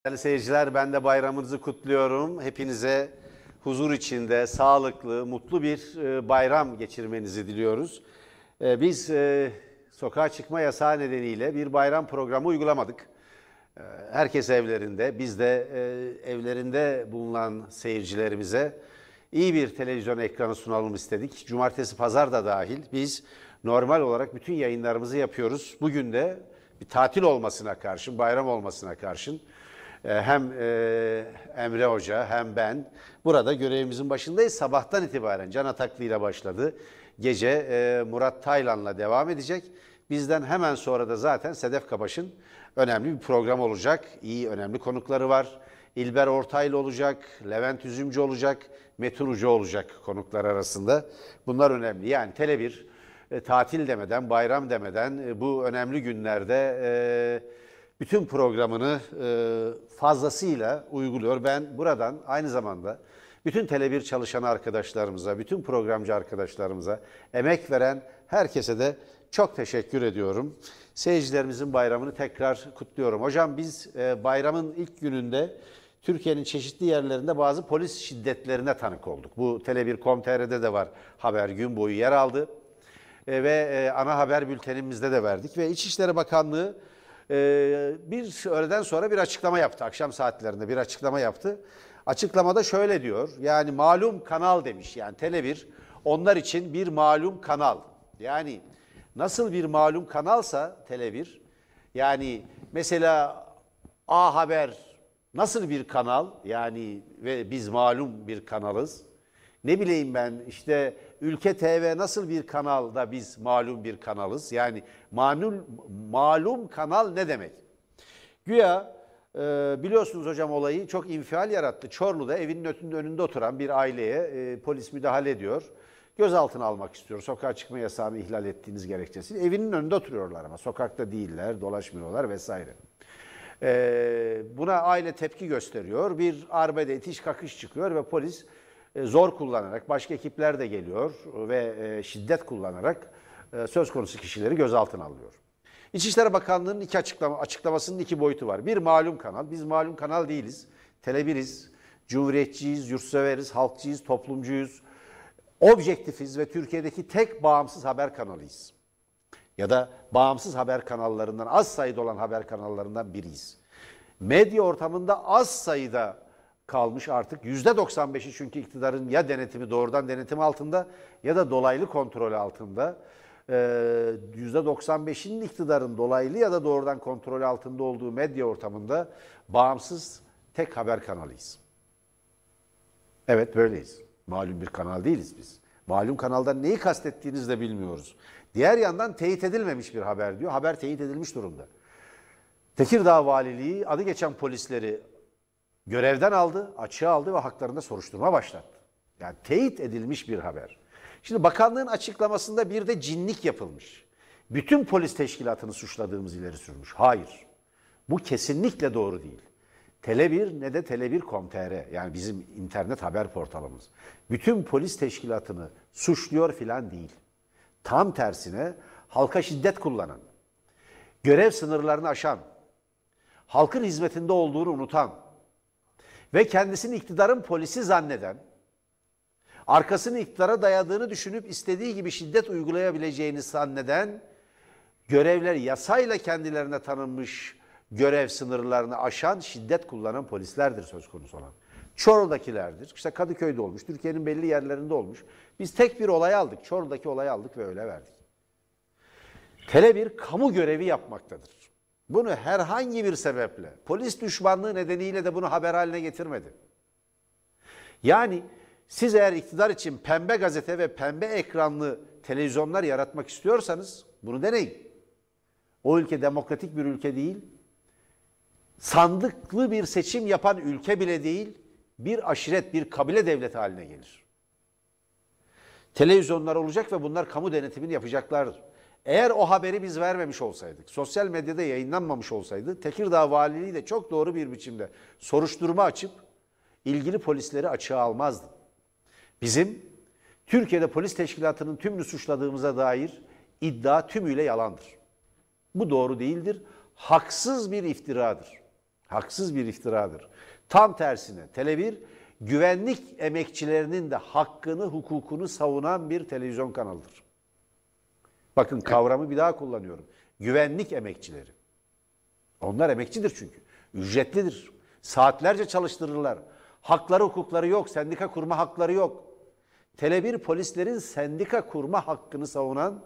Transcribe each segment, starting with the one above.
Değerli seyirciler, ben de bayramınızı kutluyorum. Hepinize huzur içinde, sağlıklı, mutlu bir bayram geçirmenizi diliyoruz. Biz sokağa çıkma yasağı nedeniyle bir bayram programı uygulamadık. Herkes evlerinde, biz de evlerinde bulunan seyircilerimize iyi bir televizyon ekranı sunalım istedik. Cumartesi, pazar da dahil biz normal olarak bütün yayınlarımızı yapıyoruz. Bugün de bir tatil olmasına karşın, bayram olmasına karşın hem Emre Hoca hem ben burada görevimizin başındayız. Sabahtan itibaren Can Ataklı ile başladı. Gece Murat Taylan'la devam edecek. Bizden hemen sonra da zaten Sedef Kabaş'ın önemli bir program olacak. İyi, önemli konukları var. İlber Ortaylı olacak, Levent Üzümcü olacak, Metin Ucu olacak konuklar arasında. Bunlar önemli. Yani Tele1 tatil demeden, bayram demeden bu önemli günlerde bütün programını fazlasıyla uyguluyor. Ben buradan aynı zamanda bütün Tele1 çalışan arkadaşlarımıza, bütün programcı arkadaşlarımıza, emek veren herkese de çok teşekkür ediyorum. Seyircilerimizin bayramını tekrar kutluyorum. Hocam biz bayramın ilk gününde Türkiye'nin çeşitli yerlerinde bazı polis şiddetlerine tanık olduk. Bu Tele1.com.tr'de de var, haber gün boyu yer aldı. Ve ana haber bültenimizde de verdik. Ve İçişleri Bakanlığı bir öğleden sonra bir açıklama yaptı. Akşam saatlerinde bir açıklama yaptı. Açıklamada şöyle diyor. Yani malum kanal demiş. Yani Tele1 onlar için bir malum kanal. Yani nasıl bir malum kanalsa Tele1, yani mesela A Haber nasıl bir kanal, yani ve biz malum bir kanalız. Ne bileyim ben işte Ülke TV nasıl bir kanal da biz malum bir kanalız. Yani malum kanal ne demek? Güya biliyorsunuz hocam, olayı çok infial yarattı. Çorlu'da evinin önünde oturan bir aileye polis müdahale ediyor. Gözaltına almak istiyor. Sokağa çıkma yasağını ihlal ettiğiniz gerekçesiyle. Evinin önünde oturuyorlar ama sokakta değiller, dolaşmıyorlar vesaire. Buna aile tepki gösteriyor. Bir arbede itiş kakış çıkıyor ve polis zor kullanarak, başka ekipler de geliyor ve şiddet kullanarak söz konusu kişileri gözaltına alıyor. İçişleri Bakanlığı'nın açıklamasının iki boyutu var. Bir, malum kanal. Biz malum kanal değiliz. Tele1'iz, cumhuriyetçiyiz, yurtseveriz, halkçıyız, toplumcuyuz, objektifiz ve Türkiye'deki tek bağımsız haber kanalıyız. Ya da bağımsız haber kanallarından, az sayıda olan haber kanallarından biriyiz. Medya ortamında az sayıda kalmış artık. %95'i çünkü iktidarın ya denetimi, doğrudan denetim altında ya da dolaylı kontrolü altında. %95'inin iktidarın dolaylı ya da doğrudan kontrolü altında olduğu medya ortamında bağımsız tek haber kanalıyız. Evet, böyleyiz. Malum bir kanal değiliz biz. Malum kanaldan neyi kastettiğinizi de bilmiyoruz. Diğer yandan teyit edilmemiş bir haber diyor. Haber teyit edilmiş durumda. Tekirdağ Valiliği adı geçen polisleri görevden aldı, açığa aldı ve haklarında soruşturma başlattı. Yani teyit edilmiş bir haber. Şimdi bakanlığın açıklamasında bir de cinlik yapılmış. Bütün polis teşkilatını suçladığımız ileri sürmüş. Hayır. Bu kesinlikle doğru değil. Tele1 ne de Tele1.com.tr, yani bizim internet haber portalımız, bütün polis teşkilatını suçluyor filan değil. Tam tersine halka şiddet kullanan, görev sınırlarını aşan, halkın hizmetinde olduğunu unutan ve kendisini iktidarın polisi zanneden, arkasını iktidara dayadığını düşünüp istediği gibi şiddet uygulayabileceğini zanneden, görevler yasayla kendilerine tanınmış görev sınırlarını aşan, şiddet kullanan polislerdir söz konusu olan. Çorlu'dakilerdir. İşte Kadıköy'de olmuş, Türkiye'nin belli yerlerinde olmuş. Biz tek bir olay aldık, Çorlu'daki olayı aldık ve öyle verdik. Tele1 kamu görevi yapmaktadır. Bunu herhangi bir sebeple, polis düşmanlığı nedeniyle de bunu haber haline getirmedi. Yani siz eğer iktidar için pembe gazete ve pembe ekranlı televizyonlar yaratmak istiyorsanız bunu deneyin. O ülke demokratik bir ülke değil, sandıklı bir seçim yapan ülke bile değil, bir aşiret, bir kabile devleti haline gelir. Televizyonlar olacak ve bunlar kamu denetimini yapacaklardır. Eğer o haberi biz vermemiş olsaydık, sosyal medyada yayınlanmamış olsaydı, Tekirdağ Valiliği de çok doğru bir biçimde soruşturma açıp ilgili polisleri açığa almazdı. Bizim Türkiye'de polis teşkilatının tümünü suçladığımıza dair iddia tümüyle yalandır. Bu doğru değildir, haksız bir iftiradır. Haksız bir iftiradır. Tam tersine Tele1 güvenlik emekçilerinin de hakkını, hukukunu savunan bir televizyon kanalıdır. Bakın kavramı bir daha kullanıyorum. Güvenlik emekçileri. Onlar emekçidir çünkü. Ücretlidir. Saatlerce çalıştırırlar. Hakları, hukukları yok. Sendika kurma hakları yok. Tele1 polislerin sendika kurma hakkını savunan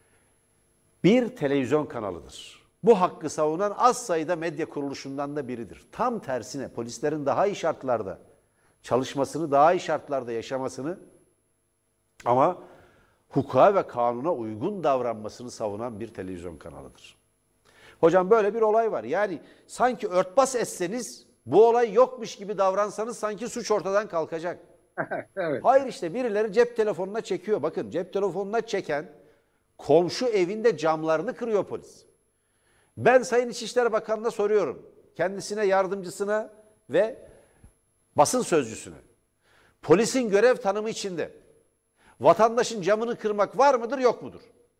bir televizyon kanalıdır. Bu hakkı savunan az sayıda medya kuruluşundan da biridir. Tam tersine polislerin daha iyi şartlarda çalışmasını, daha iyi şartlarda yaşamasını ama hukuka ve kanuna uygun davranmasını savunan bir televizyon kanalıdır. Hocam böyle bir olay var. Yani sanki örtbas etseniz, bu olay yokmuş gibi davransanız sanki suç ortadan kalkacak. Evet. Hayır, işte birileri cep telefonuna çekiyor. Bakın, cep telefonuna çeken komşu evinde camlarını kırıyor polis. Ben Sayın İçişleri Bakanı'na soruyorum. Kendisine, yardımcısına ve basın sözcüsüne. Polisin görev tanımı içinde vatandaşın camını kırmak var mıdır, yok mudur?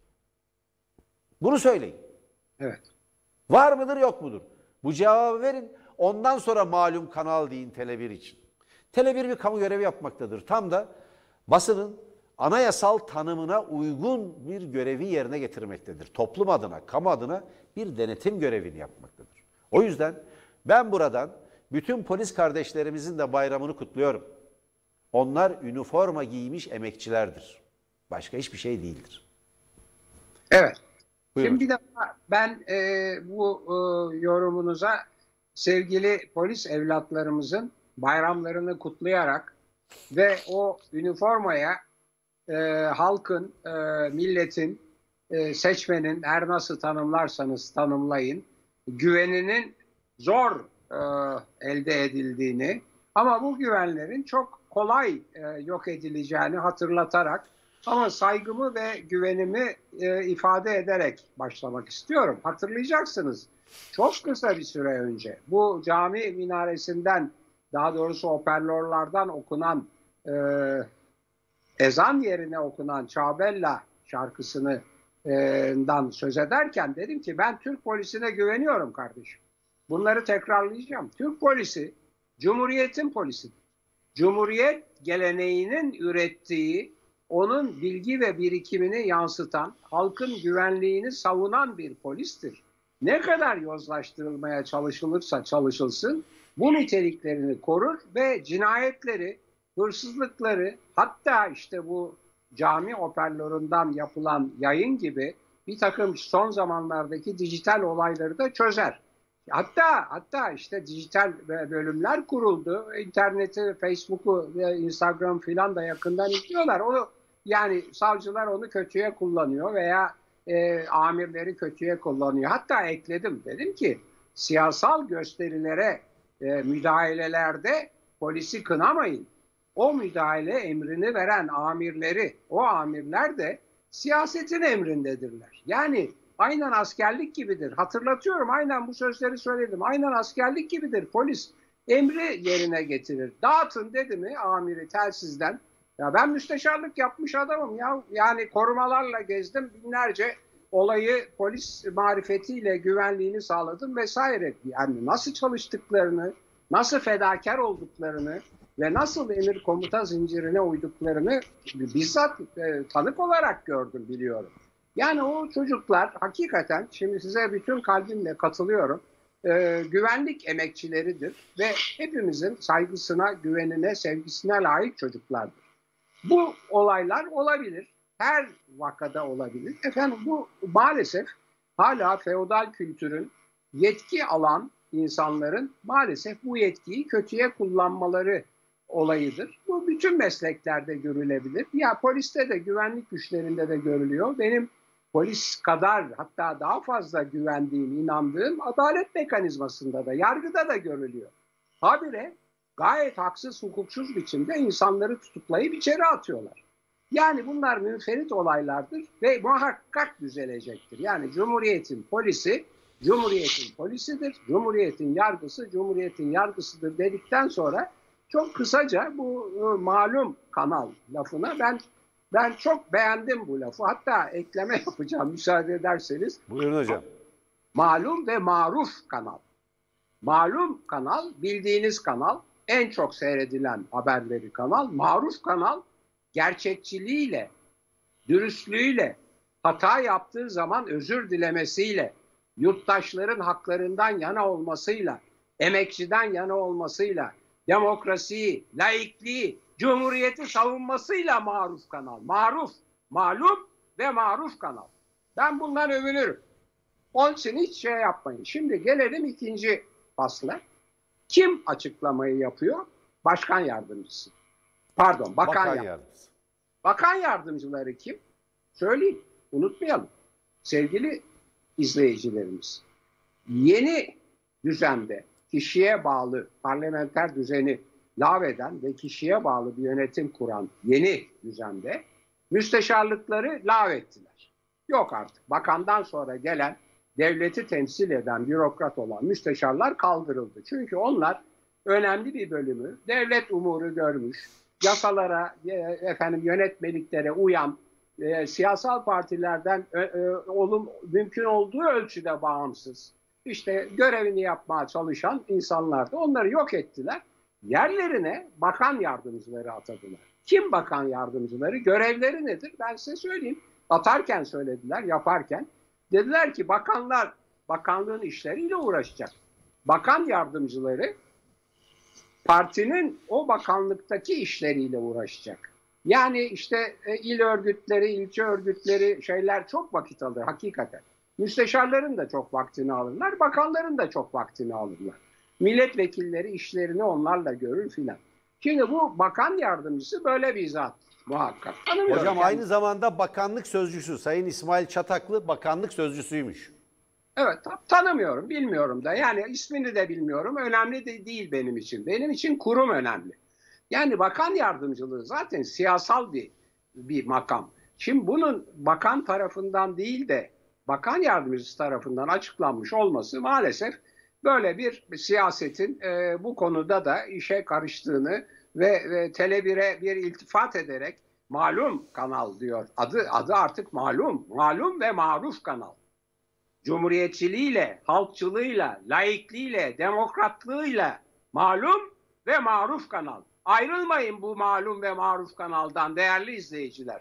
Bunu söyleyin. Evet. Var mıdır, yok mudur? Bu cevabı verin. Ondan sonra malum kanal deyin Tele1 için. Tele1 bir kamu görevi yapmaktadır. Tam da basının anayasal tanımına uygun bir görevi yerine getirmektedir. Toplum adına, kamu adına bir denetim görevini yapmaktadır. O yüzden ben buradan bütün polis kardeşlerimizin de bayramını kutluyorum. Onlar üniforma giymiş emekçilerdir. Başka hiçbir şey değildir. Evet. Buyurun. Şimdi bir de ben bu yorumunuza sevgili polis evlatlarımızın bayramlarını kutlayarak ve o üniformaya halkın, milletin, seçmenin, her nasıl tanımlarsanız tanımlayın, güveninin zor elde edildiğini ama bu güvenlerin çok kolay yok edileceğini hatırlatarak ama saygımı ve güvenimi ifade ederek başlamak istiyorum. Hatırlayacaksınız, çok kısa bir süre önce bu cami minaresinden, daha doğrusu hoparlörlerden okunan ezan yerine okunan Çağbella şarkısından söz ederken dedim ki ben Türk polisine güveniyorum kardeşim. Bunları tekrarlayacağım. Türk polisi Cumhuriyet'in polisidir. Cumhuriyet geleneğinin ürettiği, onun bilgi ve birikimini yansıtan, halkın güvenliğini savunan bir polistir. Ne kadar yozlaştırılmaya çalışılırsa çalışılsın, bu niteliklerini korur ve cinayetleri, hırsızlıkları, hatta işte bu cami hoparlöründen yapılan yayın gibi bir takım son zamanlardaki dijital olayları da çözer. Hatta işte dijital bölümler kuruldu. İnterneti, Facebook'u, Instagram filan da yakından izliyorlar. Onu, yani savcılar onu kötüye kullanıyor veya amirleri kötüye kullanıyor. Hatta ekledim, dedim ki siyasal gösterilere müdahalelerde polisi kınamayın. O müdahale emrini veren amirleri, o amirler de siyasetin emrindedirler. Yani aynen askerlik gibidir. Hatırlatıyorum, aynen bu sözleri söyledim. Aynen askerlik gibidir. Polis emri yerine getirir. Dağıtın dedi mi amiri telsizden. Ya ben müsteşarlık yapmış adamım ya. Yani korumalarla gezdim, binlerce olayı polis marifetiyle güvenliğini sağladım vesaire. Yani nasıl çalıştıklarını, nasıl fedakar olduklarını ve nasıl emir komuta zincirine uyduklarını bizzat tanık olarak gördüm, biliyorum. Yani o çocuklar hakikaten, şimdi size bütün kalbimle katılıyorum, güvenlik emekçileridir ve hepimizin saygısına, güvenine, sevgisine layık çocuklardır. Bu olaylar olabilir, her vakada olabilir. Efendim, bu maalesef hala feodal kültürün yetki alan insanların maalesef bu yetkiyi kötüye kullanmaları olayıdır. Bu bütün mesleklerde görülebilir. Ya poliste de, güvenlik güçlerinde de görülüyor. Benim polis kadar, hatta daha fazla güvendiğim, inandığım adalet mekanizmasında da, yargıda da görülüyor. Habire gayet haksız, hukuksuz biçimde insanları tutuklayıp içeri atıyorlar. Yani bunlar münferit olaylardır ve muhakkak düzelecektir. Yani Cumhuriyet'in polisi, Cumhuriyet'in polisidir, Cumhuriyet'in yargısı, Cumhuriyet'in yargısıdır dedikten sonra çok kısaca bu malum kanal lafına ben çok beğendim bu lafı. Hatta ekleme yapacağım müsaade ederseniz. Buyurun hocam. Malum ve maruf kanal. Malum kanal, bildiğiniz kanal, en çok seyredilen haberleri kanal. Maruf kanal, gerçekçiliğiyle, dürüstlüğüyle, hata yaptığı zaman özür dilemesiyle, yurttaşların haklarından yana olmasıyla, emekçiden yana olmasıyla, demokrasiyi, laikliği, cumhuriyeti savunmasıyla maruf kanal. Maruf, malum ve maruf kanal. Ben bundan övünürüm. Onun için hiç şey yapmayın. Şimdi gelelim ikinci fasla. Kim açıklamayı yapıyor? Başkan yardımcısı. Pardon, bakan yardımcısı. Bakan yardımcıları kim? Söyleyeyim, unutmayalım. Sevgili izleyicilerimiz, yeni düzende kişiye bağlı parlamenter düzeni lağveden ve kişiye bağlı bir yönetim kuran yeni düzende müsteşarlıkları lağvettiler. Yok artık. Bakandan sonra gelen, devleti temsil eden, bürokrat olan müsteşarlar kaldırıldı. Çünkü onlar önemli bir bölümü devlet umuru görmüş, yasalara, yönetmeliklere uyan, siyasal partilerden mümkün olduğu ölçüde bağımsız, işte görevini yapmaya çalışan insanlardı. Onları yok ettiler. Yerlerine bakan yardımcıları atadılar. Kim bakan yardımcıları? Görevleri nedir? Ben size söyleyeyim. Atarken söylediler, yaparken. Dediler ki bakanlar bakanlığın işleriyle uğraşacak. Bakan yardımcıları partinin o bakanlıktaki işleriyle uğraşacak. Yani işte il örgütleri, ilçe örgütleri şeyler çok vakit alır hakikaten. Müsteşarların da çok vaktini alırlar, bakanların da çok vaktini alırlar. Milletvekilleri işlerini onlarla görür filan. Şimdi bu bakan yardımcısı böyle bir zat muhakkak. Hocam aynı zamanda bakanlık sözcüsü. Sayın İsmail Çataklı bakanlık sözcüsüymüş. Evet, tanımıyorum, bilmiyorum da. Yani ismini de bilmiyorum. Önemli de değil benim için. Benim için kurum önemli. Yani bakan yardımcılığı zaten siyasal bir makam. Şimdi bunun bakan tarafından değil de bakan yardımcısı tarafından açıklanmış olması maalesef böyle bir siyasetin bu konuda da işe karıştığını ve Tele1'e bir iltifat ederek malum kanal diyor. Adı artık malum ve maruf kanal. Cumhuriyetçiliğiyle, halkçılığıyla, laikliğiyle, demokratlığıyla malum ve maruf kanal. Ayrılmayın bu malum ve maruf kanaldan değerli izleyiciler.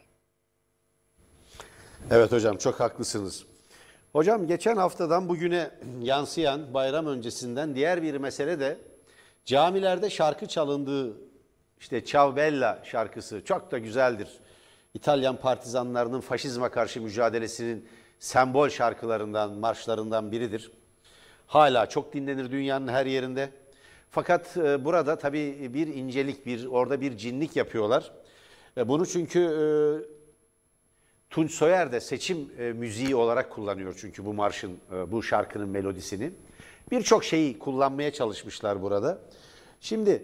Evet hocam, çok haklısınız. Hocam geçen haftadan bugüne yansıyan bayram öncesinden diğer bir mesele de camilerde şarkı çalındığı, işte Ciao Bella şarkısı çok da güzeldir. İtalyan partizanlarının faşizme karşı mücadelesinin sembol şarkılarından, marşlarından biridir. Hala çok dinlenir dünyanın her yerinde. Fakat burada tabii bir incelik, orada bir cinlik yapıyorlar. Bunu çünkü Tunç Soyer de seçim müziği olarak kullanıyor çünkü bu marşın, bu şarkının melodisini. Birçok şeyi kullanmaya çalışmışlar burada. Şimdi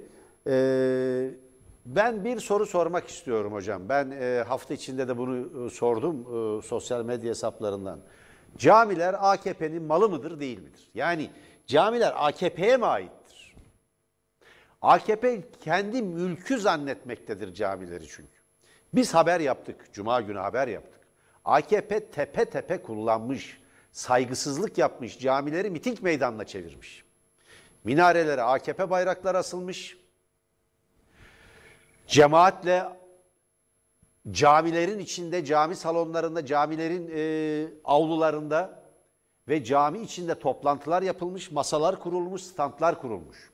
ben bir soru sormak istiyorum hocam. Ben hafta içinde de bunu sordum sosyal medya hesaplarından. Camiler AKP'nin malı mıdır, değil midir? Yani camiler AKP'ye mi aittir? AKP kendi mülkü zannetmektedir camileri çünkü. Biz haber yaptık, Cuma günü haber yaptık. AKP tepe tepe kullanmış, saygısızlık yapmış, camileri miting meydanına çevirmiş. Minarelere AKP bayrakları asılmış. Cemaatle camilerin içinde, cami salonlarında, camilerin avlularında ve cami içinde toplantılar yapılmış, masalar kurulmuş, standlar kurulmuş.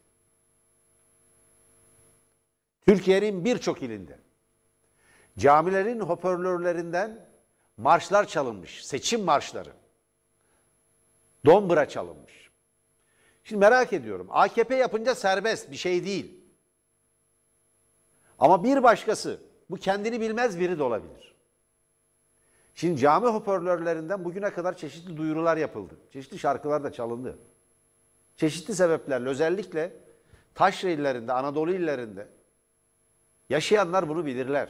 Türkiye'nin birçok ilinde camilerin hoparlörlerinden marşlar çalınmış, seçim marşları. Dombra çalınmış. Şimdi merak ediyorum, AKP yapınca serbest bir şey değil. Ama bir başkası, bu kendini bilmez biri de olabilir. Şimdi cami hoparlörlerinden bugüne kadar çeşitli duyurular yapıldı. Çeşitli şarkılar da çalındı. Çeşitli sebeplerle, özellikle taşra illerinde, Anadolu illerinde yaşayanlar bunu bilirler.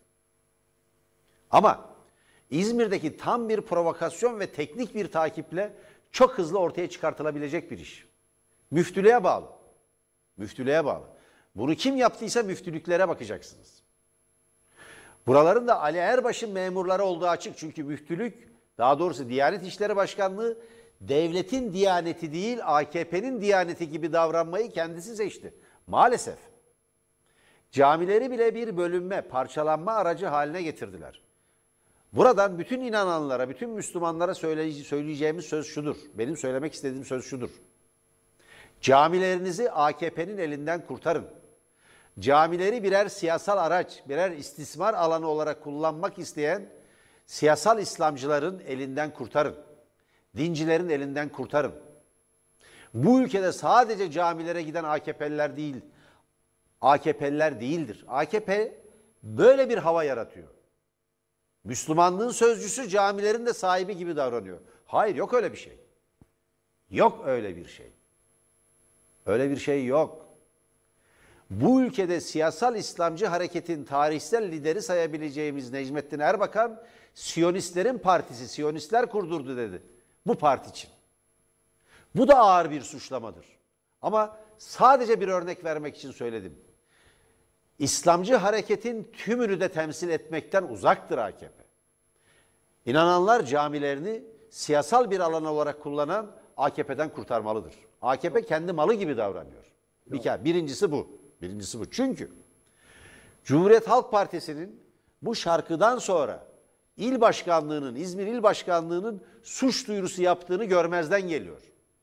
Ama İzmir'deki tam bir provokasyon ve teknik bir takiple çok hızlı ortaya çıkartılabilecek bir iş. Müftülüğe bağlı. Müftülüğe bağlı. Bunu kim yaptıysa müftülüklere bakacaksınız. Buraların da Ali Erbaş'ın memurları olduğu açık. Çünkü müftülük, daha doğrusu Diyanet İşleri Başkanlığı devletin diyaneti değil AKP'nin diyaneti gibi davranmayı kendisi seçti. Maalesef. Camileri bile bir bölünme, parçalanma aracı haline getirdiler. Buradan bütün inananlara, bütün Müslümanlara söyleyeceğimiz söz şudur. Benim söylemek istediğim söz şudur. Camilerinizi AKP'nin elinden kurtarın. Camileri birer siyasal araç, birer istismar alanı olarak kullanmak isteyen siyasal İslamcıların elinden kurtarın. Dincilerin elinden kurtarın. Bu ülkede sadece camilere giden AKP'liler değil, AKP'liler değildir. AKP böyle bir hava yaratıyor. Müslümanlığın sözcüsü camilerin de sahibi gibi davranıyor. Hayır, yok öyle bir şey. Yok öyle bir şey. Öyle bir şey yok. Bu ülkede siyasal İslamcı hareketin tarihsel lideri sayabileceğimiz Necmettin Erbakan, Siyonistlerin partisi, Siyonistler kurdurdu dedi. Bu parti için. Bu da ağır bir suçlamadır. Ama sadece bir örnek vermek için söyledim. İslamcı hareketin tümünü de temsil etmekten uzaktır AKP. İnananlar camilerini siyasal bir alan olarak kullanan AKP'den kurtarmalıdır. AKP kendi malı gibi davranıyor. Birincisi bu. Birincisi bu. Çünkü Cumhuriyet Halk Partisi'nin bu şarkıdan sonra il başkanlığının, İzmir İl Başkanlığı'nın suç duyurusu yaptığını görmezden geliyor.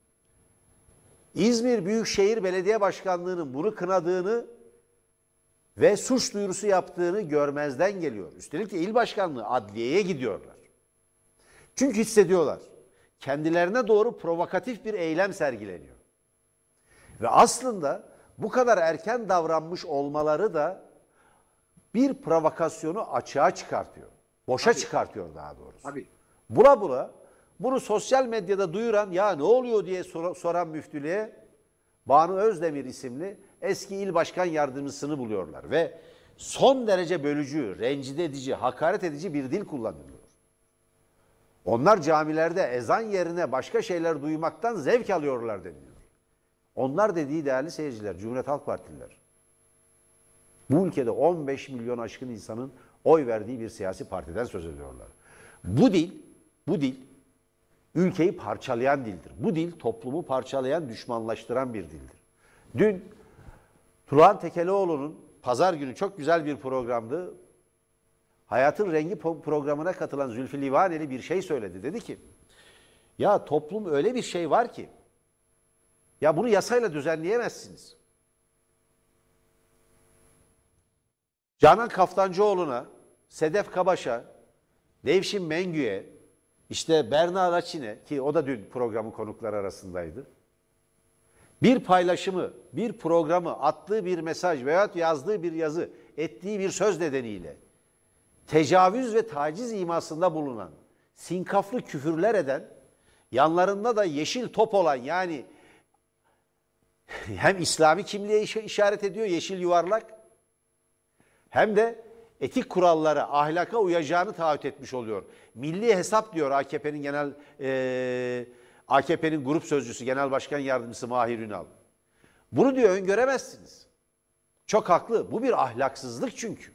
İzmir Büyükşehir Belediye Başkanlığı'nın bunu kınadığını ve suç duyurusu yaptığını görmezden geliyor. Üstelik de il başkanlığı adliyeye gidiyorlar. Çünkü hissediyorlar. Kendilerine doğru provokatif bir eylem sergileniyor. Ve aslında bu kadar erken davranmış olmaları da bir provokasyonu açığa çıkartıyor. Boşa çıkartıyor daha doğrusu. Tabii. Bula bula bunu sosyal medyada duyuran, ya ne oluyor diye soran müftülüğe Banu Özdemir isimli eski il başkan yardımcısını buluyorlar ve son derece bölücü, rencide edici, hakaret edici bir dil kullanılıyor. Onlar camilerde ezan yerine başka şeyler duymaktan zevk alıyorlar deniliyor. Onlar dediği değerli seyirciler, Cumhuriyet Halk Partililer. Bu ülkede 15 milyon aşkın insanın oy verdiği bir siyasi partiden söz ediyorlar. Bu dil ülkeyi parçalayan dildir. Bu dil toplumu parçalayan, düşmanlaştıran bir dildir. Dün Turhan Tekelioğlu'nun pazar günü çok güzel bir programdı. Hayatın Rengi programına katılan Zülfü Livaneli bir şey söyledi. Dedi ki, ya toplum öyle bir şey var ki, ya bunu yasayla düzenleyemezsiniz. Canan Kaftancıoğlu'na, Sedef Kabaş'a, Nevşin Mengü'ye, işte Berna Laçin'e, ki o da dün programın konukları arasındaydı, bir paylaşımı, bir programı, attığı bir mesaj veyahut yazdığı bir yazı, ettiği bir söz nedeniyle tecavüz ve taciz imasında bulunan, sinkaflı küfürler eden, yanlarında da yeşil top olan, yani hem İslami kimliğe işaret ediyor yeşil yuvarlak, hem de etik kurallara, ahlaka uyacağını taahhüt etmiş oluyor. Milli hesap diyor AKP'nin grup sözcüsü, genel başkan yardımcısı Mahir Ünal. Bunu diyor öngöremezsiniz. Çok haklı. Bu bir ahlaksızlık çünkü.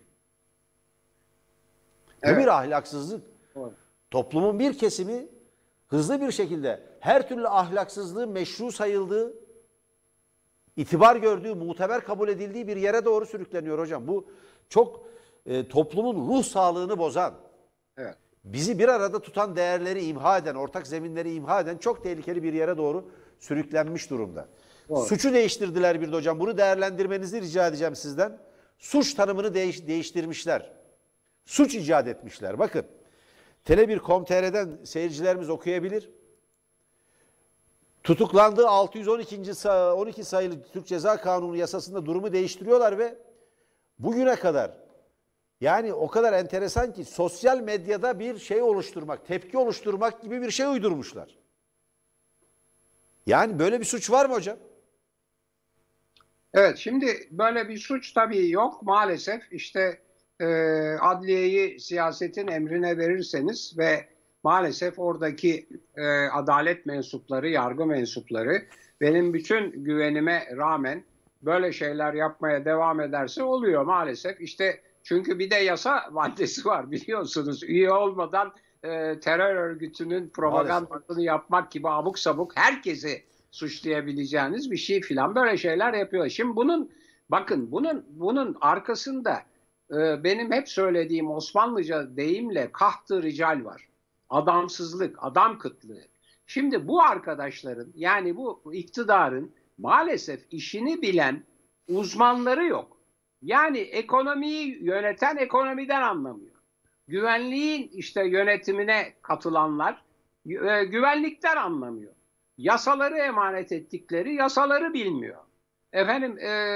Evet. Bu bir ahlaksızlık. Evet. Toplumun bir kesimi hızlı bir şekilde her türlü ahlaksızlığın meşru sayıldığı, itibar gördüğü, muteber kabul edildiği bir yere doğru sürükleniyor hocam. Bu çok toplumun ruh sağlığını bozan, evet, bizi bir arada tutan değerleri imha eden, ortak zeminleri imha eden çok tehlikeli bir yere doğru sürüklenmiş durumda. Doğru. Suçu değiştirdiler bir de hocam. Bunu değerlendirmenizi rica edeceğim sizden. Suç tanımını değiştirmişler. Suç icat etmişler. Bakın, Tele1.com.tr'den seyircilerimiz okuyabilir. Tutuklandığı 612 sayılı Türk Ceza Kanunu yasasında durumu değiştiriyorlar ve bugüne kadar, yani o kadar enteresan ki, sosyal medyada bir şey oluşturmak, tepki oluşturmak gibi bir şey uydurmuşlar. Yani böyle bir suç var mı hocam? Evet, şimdi böyle bir suç tabii yok maalesef. İşte adliyeyi siyasetin emrine verirseniz ve maalesef oradaki adalet mensupları, yargı mensupları benim bütün güvenime rağmen böyle şeyler yapmaya devam ederse oluyor maalesef. İşte çünkü bir de yasa maddesi var biliyorsunuz. Üye olmadan terör örgütünün propagandasını yapmak gibi abuk sabuk herkesi suçlayabileceğiniz bir şey filan, böyle şeyler yapıyor. Şimdi bunun arkasında benim hep söylediğim Osmanlıca deyimle kaht-ı rical var. Adamsızlık, adam kıtlığı. Şimdi bu arkadaşların, yani bu iktidarın maalesef işini bilen uzmanları yok. Yani ekonomiyi yöneten ekonomiden anlamıyor. Güvenliğin işte yönetimine katılanlar güvenlikten anlamıyor. Yasaları emanet ettikleri yasaları bilmiyor. Efendim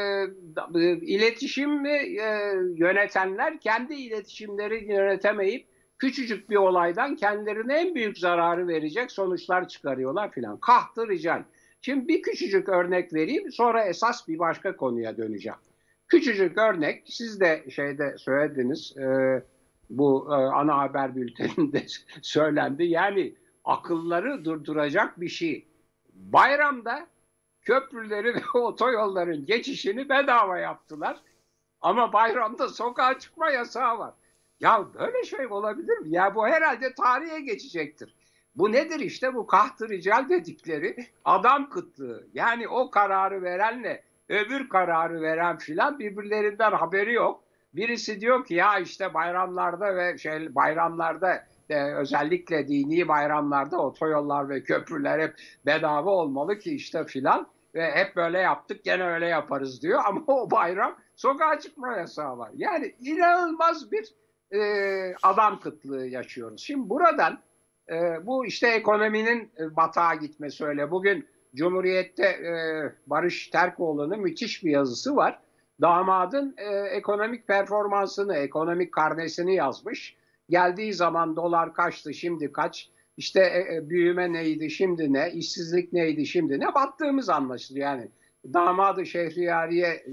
iletişimi yönetenler kendi iletişimleri yönetemeyip küçücük bir olaydan kendilerine en büyük zararı verecek sonuçlar çıkarıyorlar filan. Kahtı rical. Şimdi bir küçücük örnek vereyim, sonra esas bir başka konuya döneceğim. Küçücük örnek, siz de söylediniz, bu ana haber bülteninde söylendi. Yani akılları durduracak bir şey. Bayramda köprüleri ve otoyolların geçişini bedava yaptılar. Ama bayramda sokağa çıkma yasağı var. Ya böyle şey olabilir mi? Ya bu herhalde tarihe geçecektir. Bu nedir işte, bu kaht-ı rical dedikleri adam kıtlığı. Yani o kararı verenle öbür kararı veren filan birbirlerinden haberi yok. Birisi diyor ki ya işte bayramlarda ve bayramlarda özellikle dini bayramlarda otoyollar ve köprüler hep bedava olmalı ki işte filan ve hep böyle yaptık gene öyle yaparız diyor ama o bayram sokağa çıkma yasağı var. Yani inanılmaz bir adam kıtlığı yaşıyoruz. Şimdi buradan bu işte ekonominin batağa gitmesi öyle. Bugün Cumhuriyet'te Barış Terkoğlu'nun müthiş bir yazısı var. Damadın ekonomik performansını, ekonomik karnesini yazmış. Geldiği zaman dolar kaçtı, şimdi kaç? İşte büyüme neydi, şimdi ne? İşsizlik neydi, şimdi ne? Battığımız anlaşılıyor yani. Damadı Şehriyari'ye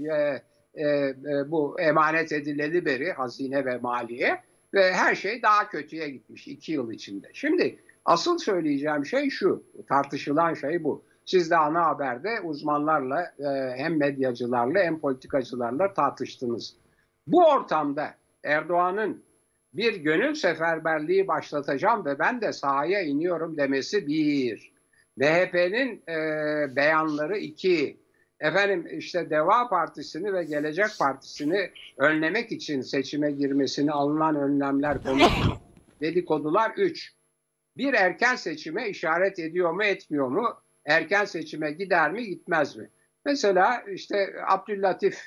bu emanet edileli beri hazine ve maliye ve her şey daha kötüye gitmiş 2 yıl içinde. Şimdi asıl söyleyeceğim şey şu, tartışılan şey bu. Siz de ana haberde uzmanlarla hem medyacılarla hem politikacılarla tartıştınız. Bu ortamda Erdoğan'ın bir gönül seferberliği başlatacağım ve ben de sahaya iniyorum demesi bir. MHP'nin beyanları iki. Efendim işte Deva Partisi'ni ve Gelecek Partisi'ni önlemek için seçime girmesini alınan önlemler konu dedikodular 3. Bir erken seçime işaret ediyor mu etmiyor mu? Erken seçime gider mi gitmez mi? Mesela işte Abdüllatif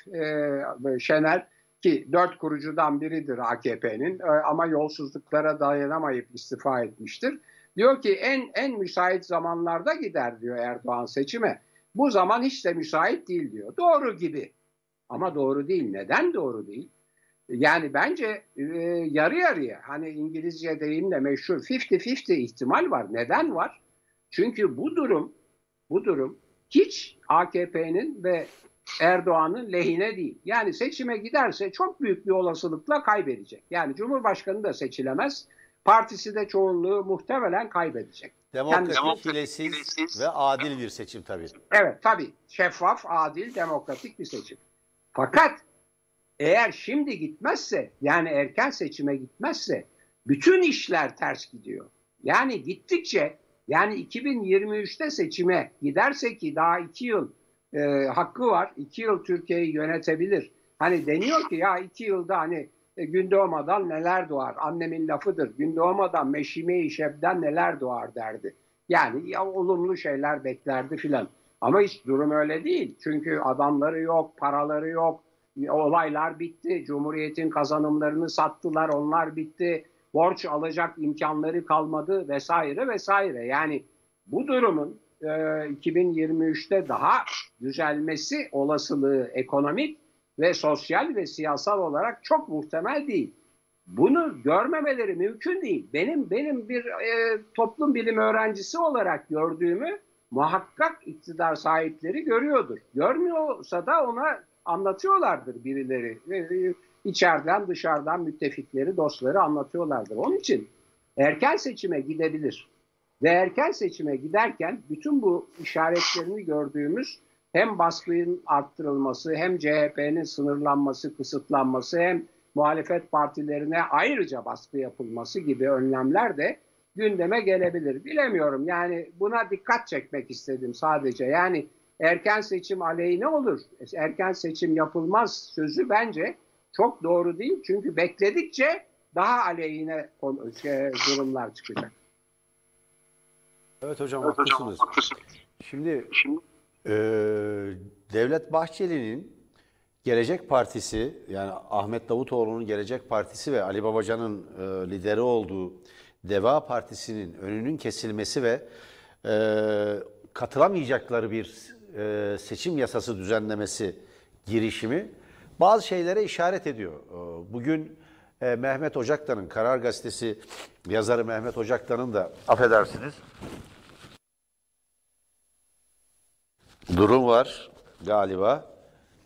Şener ki 4 kurucudan biridir AKP'nin ama yolsuzluklara dayanamayıp istifa etmiştir. Diyor ki en müsait zamanlarda gider diyor Erdoğan seçime. Bu zaman hiç de müsait değil diyor. Doğru gibi ama doğru değil. Neden doğru değil? Yani bence yarı yarıya, hani İngilizce deyimle meşhur 50-50 ihtimal var. Neden var? Çünkü bu durum hiç AKP'nin ve Erdoğan'ın lehine değil. Yani seçime giderse çok büyük bir olasılıkla kaybedecek. Yani Cumhurbaşkanı da seçilemez. Partisi de çoğunluğu muhtemelen kaybedecek. Demokratik, hilesiz ve adil bir seçim tabii. Evet tabii. Şeffaf, adil, demokratik bir seçim. Fakat eğer şimdi gitmezse, yani erken seçime gitmezse bütün işler ters gidiyor. Yani gittikçe, yani 2023'te seçime giderse ki daha 2 yıl hakkı var. 2 yıl Türkiye'yi yönetebilir. Hani deniyor ki ya 2 yılda hani gün doğmadan neler doğar? Annemin lafıdır. Gün doğmadan meşime-i şebden neler doğar derdi. Yani ya olumlu şeyler beklerdi filan. Ama hiç durum öyle değil. Çünkü adamları yok, paraları yok. Olaylar bitti. Cumhuriyetin kazanımlarını sattılar. Onlar bitti. Borç alacak imkanları kalmadı vesaire vesaire. Yani bu durumun 2023'te daha düzelmesi olasılığı ekonomik ve sosyal ve siyasal olarak çok muhtemel değil. Bunu görmemeleri mümkün değil. Benim bir toplum bilimi öğrencisi olarak gördüğümü muhakkak iktidar sahipleri görüyordur. Görmüyorsa da ona anlatıyorlardır birileri. İçeriden dışarıdan müttefikleri, dostları anlatıyorlardır. Onun için erken seçime gidebilir. Ve erken seçime giderken bütün bu işaretlerini gördüğümüz hem baskının arttırılması, hem CHP'nin sınırlanması, kısıtlanması, hem muhalefet partilerine ayrıca baskı yapılması gibi önlemler de gündeme gelebilir. Bilemiyorum, yani buna dikkat çekmek istedim sadece. Yani erken seçim aleyhine olur, erken seçim yapılmaz sözü bence çok doğru değil. Çünkü bekledikçe daha aleyhine durumlar çıkacak. Evet hocam, haklısınız. Şimdi Devlet Bahçeli'nin Gelecek Partisi, yani Ahmet Davutoğlu'nun Gelecek Partisi ve Ali Babacan'ın lideri olduğu Deva Partisi'nin önünün kesilmesi ve katılamayacakları bir seçim yasası düzenlemesi girişimi bazı şeylere işaret ediyor. Bugün Mehmet Ocaktan'ın, Karar Gazetesi yazarı Mehmet Ocaktan'ın da, affedersiniz, durum var galiba.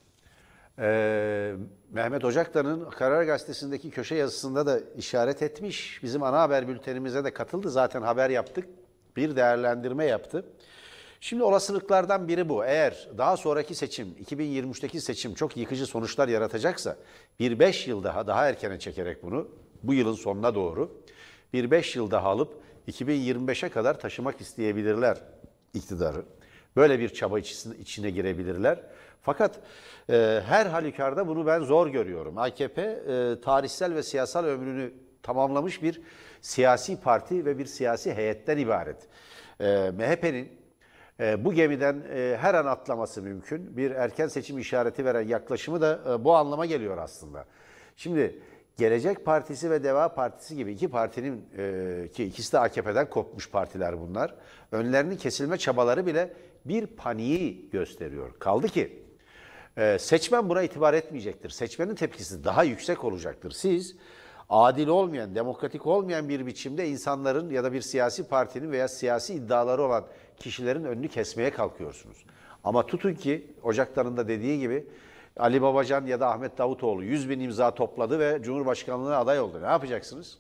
Mehmet Ocaktan'ın Karar Gazetesi'ndeki köşe yazısında da işaret etmiş. Bizim ana haber bültenimize de katıldı. Zaten haber yaptık. Bir değerlendirme yaptı. Şimdi olasılıklardan biri bu. Eğer daha sonraki seçim, 2023'teki seçim çok yıkıcı sonuçlar yaratacaksa, bir 5 yıl daha erkene çekerek bunu, bu yılın sonuna doğru, bir 5 yıl daha alıp 2025'e kadar taşımak isteyebilirler iktidarı. Böyle bir çaba içine girebilirler. Fakat her halükarda bunu ben zor görüyorum. AKP tarihsel ve siyasal ömrünü tamamlamış bir siyasi parti ve bir siyasi heyetten ibaret. MHP'nin bu gemiden her an atlaması mümkün. Bir erken seçim işareti veren yaklaşımı da bu anlama geliyor aslında. Şimdi Gelecek Partisi ve Deva Partisi gibi iki partinin, ki ikisi de AKP'den kopmuş partiler bunlar, önlerinin kesilme çabaları bile bir paniği gösteriyor. Kaldı ki seçmen buna itibar etmeyecektir. Seçmenin tepkisi daha yüksek olacaktır. Siz adil olmayan, demokratik olmayan bir biçimde insanların ya da bir siyasi partinin veya siyasi iddiaları olan kişilerin önünü kesmeye kalkıyorsunuz. Ama tutun ki Ocak'tanın da dediği gibi Ali Babacan ya da Ahmet Davutoğlu 100.000 imza topladı ve Cumhurbaşkanlığına aday oldu. Ne yapacaksınız?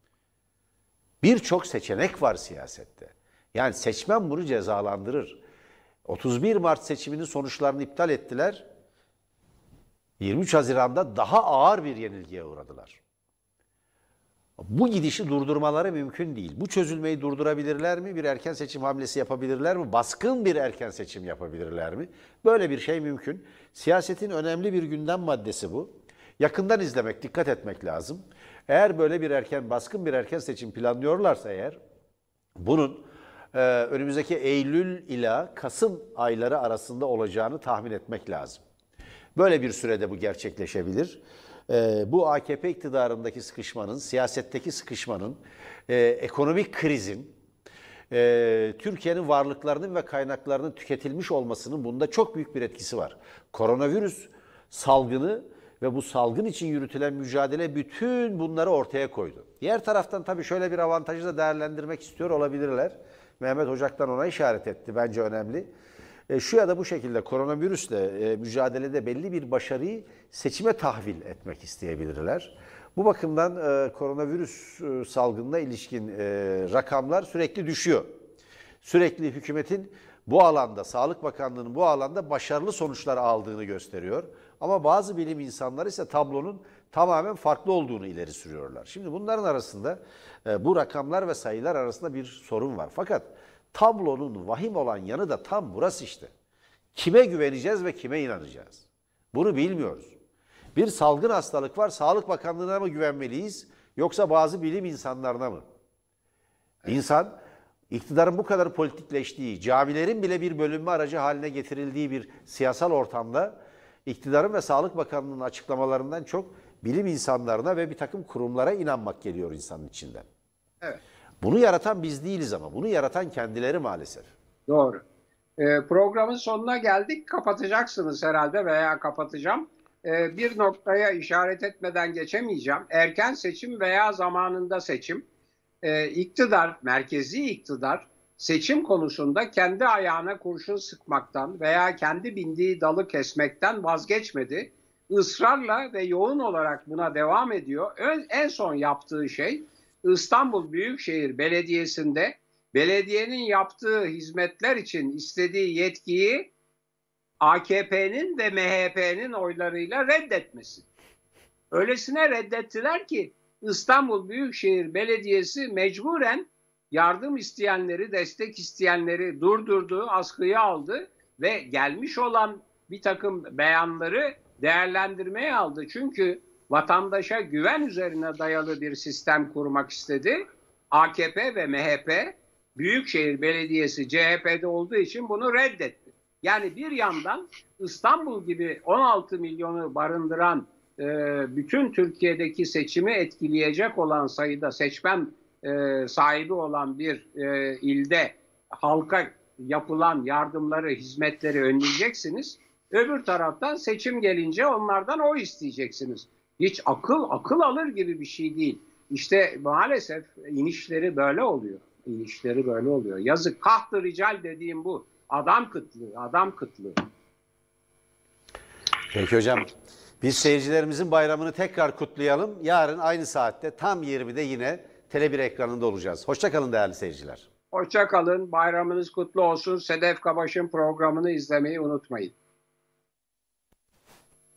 Birçok seçenek var siyasette. Yani seçmen bunu cezalandırır. 31 Mart seçiminin sonuçlarını iptal ettiler. 23 Haziran'da daha ağır bir yenilgiye uğradılar. Bu gidişi durdurmaları mümkün değil. Bu çözülmeyi durdurabilirler mi? Bir erken seçim hamlesi yapabilirler mi? Baskın bir erken seçim yapabilirler mi? Böyle bir şey mümkün. Siyasetin önemli bir gündem maddesi bu. Yakından izlemek, dikkat etmek lazım. Eğer böyle bir baskın bir erken seçim planlıyorlarsa eğer, bunun önümüzdeki Eylül ila Kasım ayları arasında olacağını tahmin etmek lazım. Böyle bir sürede bu gerçekleşebilir. Bu AKP iktidarındaki sıkışmanın, siyasetteki sıkışmanın, ekonomik krizin, Türkiye'nin varlıklarının ve kaynaklarının tüketilmiş olmasının bunda çok büyük bir etkisi var. Koronavirüs salgını ve bu salgın için yürütülen mücadele bütün bunları ortaya koydu. Diğer taraftan tabii şöyle bir avantajı da değerlendirmek istiyor olabilirler. Mehmet Ocak'tan ona işaret etti, bence önemli. Şu ya da bu şekilde koronavirüsle mücadelede belli bir başarıyı seçime tahvil etmek isteyebilirler. Bu bakımdan koronavirüs salgınına ilişkin rakamlar sürekli düşüyor. Sürekli hükümetin bu alanda, Sağlık Bakanlığı'nın bu alanda başarılı sonuçlar aldığını gösteriyor. Ama bazı bilim insanları ise tablonun tamamen farklı olduğunu ileri sürüyorlar. Şimdi bunların arasında, bu rakamlar ve sayılar arasında bir sorun var. Fakat tablonun vahim olan yanı da tam burası işte. Kime güveneceğiz ve kime inanacağız? Bunu bilmiyoruz. Bir salgın hastalık var, Sağlık Bakanlığı'na mı güvenmeliyiz yoksa bazı bilim insanlarına mı? İnsan, iktidarın bu kadar politikleştiği, camilerin bile bir bölünme aracı haline getirildiği bir siyasal ortamda iktidarın ve Sağlık Bakanlığı'nın açıklamalarından çok bilim insanlarına ve bir takım kurumlara inanmak geliyor insanın içinden. Evet. Bunu yaratan biz değiliz ama bunu yaratan kendileri maalesef. Doğru. Programın sonuna geldik. Kapatacaksınız herhalde veya kapatacağım. Bir noktaya işaret etmeden geçemeyeceğim. Erken seçim veya zamanında seçim. İktidar, merkezi iktidar seçim konusunda kendi ayağına kurşun sıkmaktan veya kendi bindiği dalı kesmekten vazgeçmedi. Israrla ve yoğun olarak buna devam ediyor. En son yaptığı şey İstanbul Büyükşehir Belediyesi'nde belediyenin yaptığı hizmetler için istediği yetkiyi AKP'nin ve MHP'nin oylarıyla reddetmesi. Öylesine reddettiler ki İstanbul Büyükşehir Belediyesi mecburen yardım isteyenleri, destek isteyenleri durdurdu, askıya aldı ve gelmiş olan bir takım beyanları değerlendirmeye aldı. Çünkü vatandaşa güven üzerine dayalı bir sistem kurmak istedi. AKP ve MHP, Büyükşehir Belediyesi CHP'de olduğu için bunu reddetti. Yani bir yandan İstanbul gibi 16 milyonu barındıran, bütün Türkiye'deki seçimi etkileyecek olan sayıda seçmen sahibi olan bir ilde halka yapılan yardımları, hizmetleri önleyeceksiniz. Öbür taraftan seçim gelince onlardan oy isteyeceksiniz. Hiç akıl alır gibi bir şey değil. İşte maalesef inişleri böyle oluyor. İnişleri böyle oluyor. Yazık. Kahtı rical dediğim bu. Adam kıtlığı, adam kıtlığı. Peki hocam. Biz seyircilerimizin bayramını tekrar kutlayalım. Yarın aynı saatte tam 20'de yine Tele1 ekranında olacağız. Hoşça kalın değerli seyirciler. Hoşça kalın. Bayramınız kutlu olsun. Sedef Kabaş'ın programını izlemeyi unutmayın.